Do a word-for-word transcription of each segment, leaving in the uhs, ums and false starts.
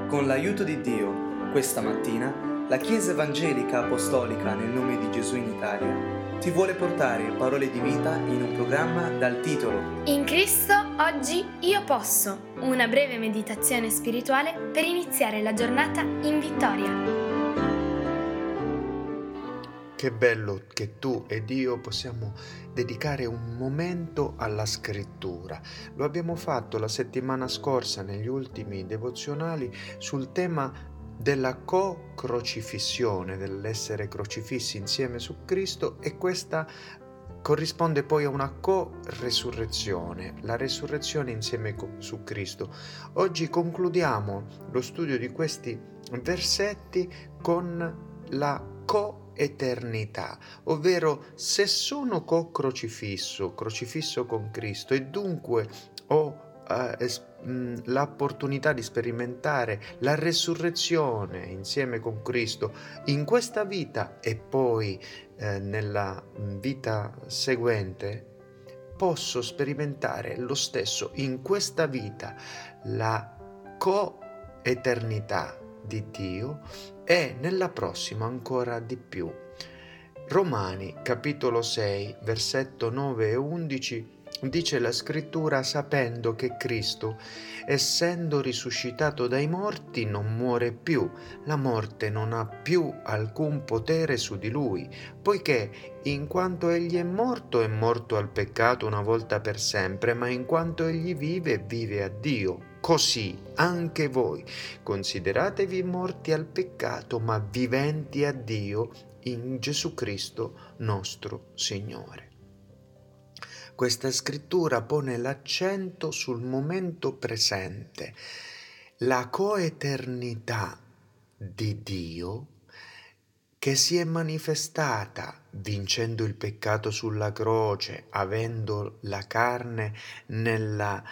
Con l'aiuto di Dio, questa mattina, la Chiesa Evangelica Apostolica nel nome di Gesù in Italia ti vuole portare parole di vita in un programma dal titolo In Cristo oggi io posso, una breve meditazione spirituale per iniziare la giornata in vittoria. Che bello che tu ed io possiamo dedicare un momento alla scrittura. Lo abbiamo fatto la settimana scorsa negli ultimi devozionali sul tema della co-crocifissione, dell'essere crocifissi insieme su Cristo, e questa corrisponde poi a una co-resurrezione, la resurrezione insieme su Cristo. Oggi concludiamo lo studio di questi versetti con la co eternità, ovvero se sono co-crocifisso, crocifisso con Cristo e dunque ho eh, es- mh, l'opportunità di sperimentare la resurrezione insieme con Cristo in questa vita e poi eh, nella vita seguente, posso sperimentare lo stesso in questa vita la co-eternità di Dio e nella prossima ancora di più. Romani capitolo sei versetto nove e undici dice la scrittura: sapendo che Cristo, essendo risuscitato dai morti, non muore più, la morte non ha più alcun potere su di lui, poiché in quanto egli è morto, è morto al peccato una volta per sempre, ma in quanto egli vive, vive a Dio. Così anche voi consideratevi morti al peccato, ma viventi a Dio in Gesù Cristo nostro Signore. Questa scrittura pone l'accento sul momento presente, la coeternità di Dio che si è manifestata vincendo il peccato sulla croce, avendo la carne nella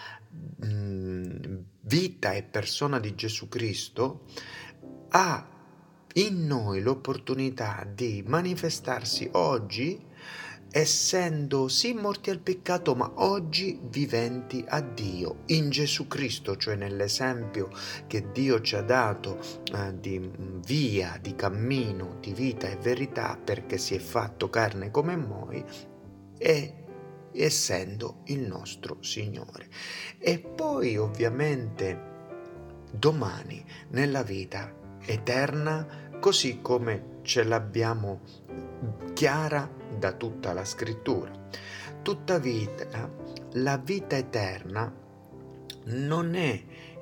mh, vita e persona di Gesù Cristo, ha in noi l'opportunità di manifestarsi oggi, essendo sì morti al peccato, ma oggi viventi a Dio in Gesù Cristo, cioè nell'esempio che Dio ci ha dato eh, di via, di cammino, di vita e verità, perché si è fatto carne come noi e essendo il nostro Signore. E poi ovviamente domani nella vita eterna, così come ce l'abbiamo chiara da tutta la scrittura. Tuttavia, la vita eterna non è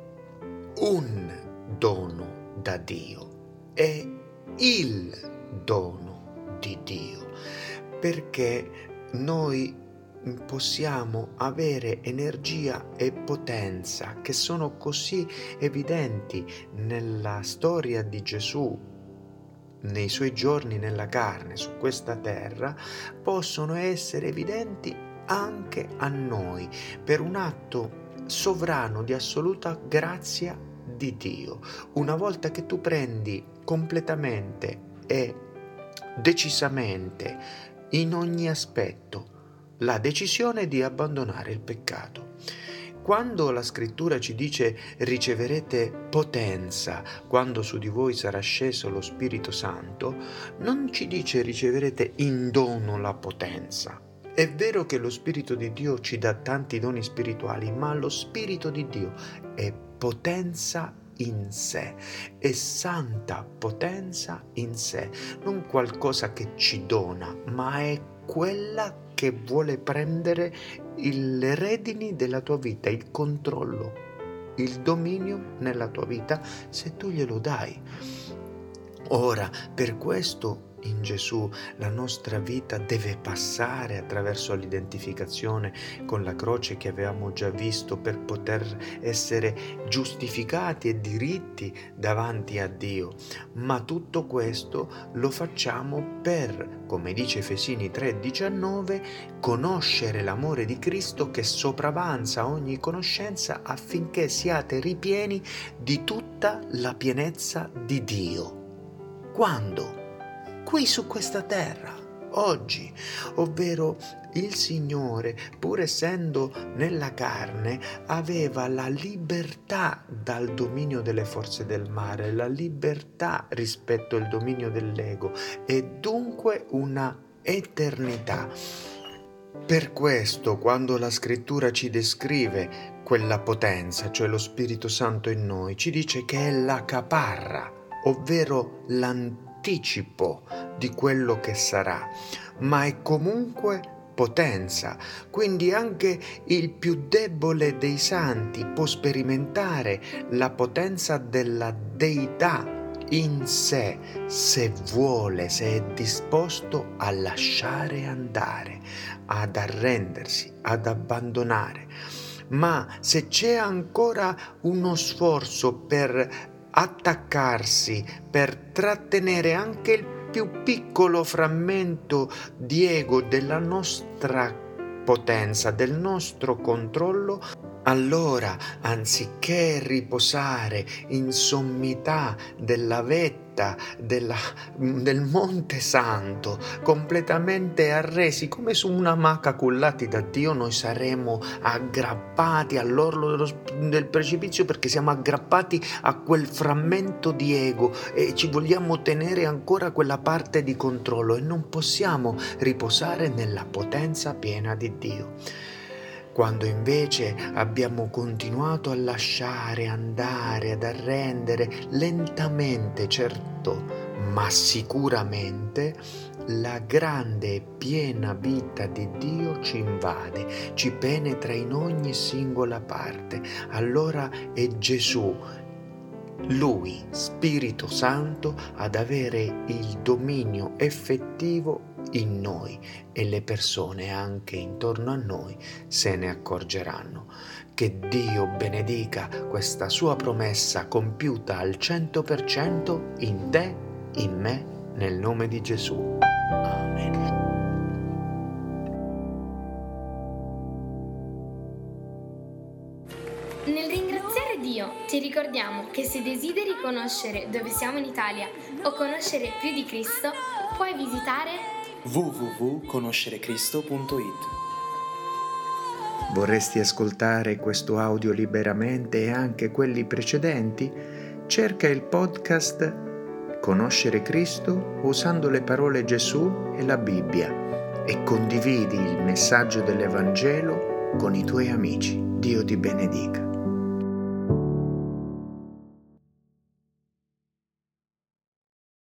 un dono da Dio, è il dono di Dio, perché noi possiamo avere energia e potenza che sono così evidenti nella storia di Gesù, nei suoi giorni nella carne su questa terra, possono essere evidenti anche a noi per un atto sovrano di assoluta grazia di Dio. Una volta che tu prendi completamente e decisamente in ogni aspetto la decisione di abbandonare il peccato. Quando la scrittura ci dice riceverete potenza quando su di voi sarà sceso lo Spirito Santo, non ci dice riceverete in dono la potenza. È vero che lo Spirito di Dio ci dà tanti doni spirituali, ma lo Spirito di Dio è potenza in sé, è santa potenza in sé, non qualcosa che ci dona, ma è quella che vuole prendere le redini della tua vita, il controllo, il dominio nella tua vita, se tu glielo dai. Ora, per questo in Gesù la nostra vita deve passare attraverso l'identificazione con la croce che avevamo già visto, per poter essere giustificati e diritti davanti a Dio. Ma tutto questo lo facciamo per, come dice Efesini tre diciannove, conoscere l'amore di Cristo che sopravanza ogni conoscenza, affinché siate ripieni di tutta la pienezza di Dio. Quando? Qui su questa terra. oggi, ovvero il Signore, pur essendo nella carne, aveva la libertà dal dominio delle forze del male, la libertà rispetto al dominio dell'ego e dunque una eternità. Per questo, quando la Scrittura ci descrive quella potenza, cioè lo Spirito Santo in noi, ci dice che è la caparra, ovvero l'anticipo di quello che sarà, ma è comunque potenza. Quindi anche il più debole dei santi può sperimentare la potenza della deità in sé, se vuole, se è disposto a lasciare andare, ad arrendersi, ad abbandonare. Ma se c'è ancora uno sforzo per attaccarsi, per trattenere anche il più piccolo frammento di ego della nostra potenza, del nostro controllo, allora, anziché riposare in sommità della vetta della, del Monte Santo, completamente arresi come su un'amaca cullati da Dio, noi saremo aggrappati all'orlo dello, del precipizio, perché siamo aggrappati a quel frammento di ego e ci vogliamo tenere ancora quella parte di controllo e non possiamo riposare nella potenza piena di Dio. Quando invece abbiamo continuato a lasciare andare, ad arrendere, lentamente, certo, ma sicuramente, la grande e piena vita di Dio ci invade, ci penetra in ogni singola parte. Allora è Gesù, Lui, Spirito Santo, ad avere il dominio effettivo in noi e le persone anche intorno a noi se ne accorgeranno. Che Dio benedica questa sua promessa compiuta al cento per cento in te, in me, nel nome di Gesù. Amen. Nel ringraziare Dio ti ricordiamo che se desideri conoscere dove siamo in Italia o conoscere più di Cristo, puoi visitare w w w punto conoscere cristo punto it. Vorresti ascoltare questo audio liberamente e anche quelli precedenti? Cerca il podcast Conoscere Cristo usando le parole Gesù e la Bibbia e condividi il messaggio dell'Evangelo con i tuoi amici. Dio ti benedica.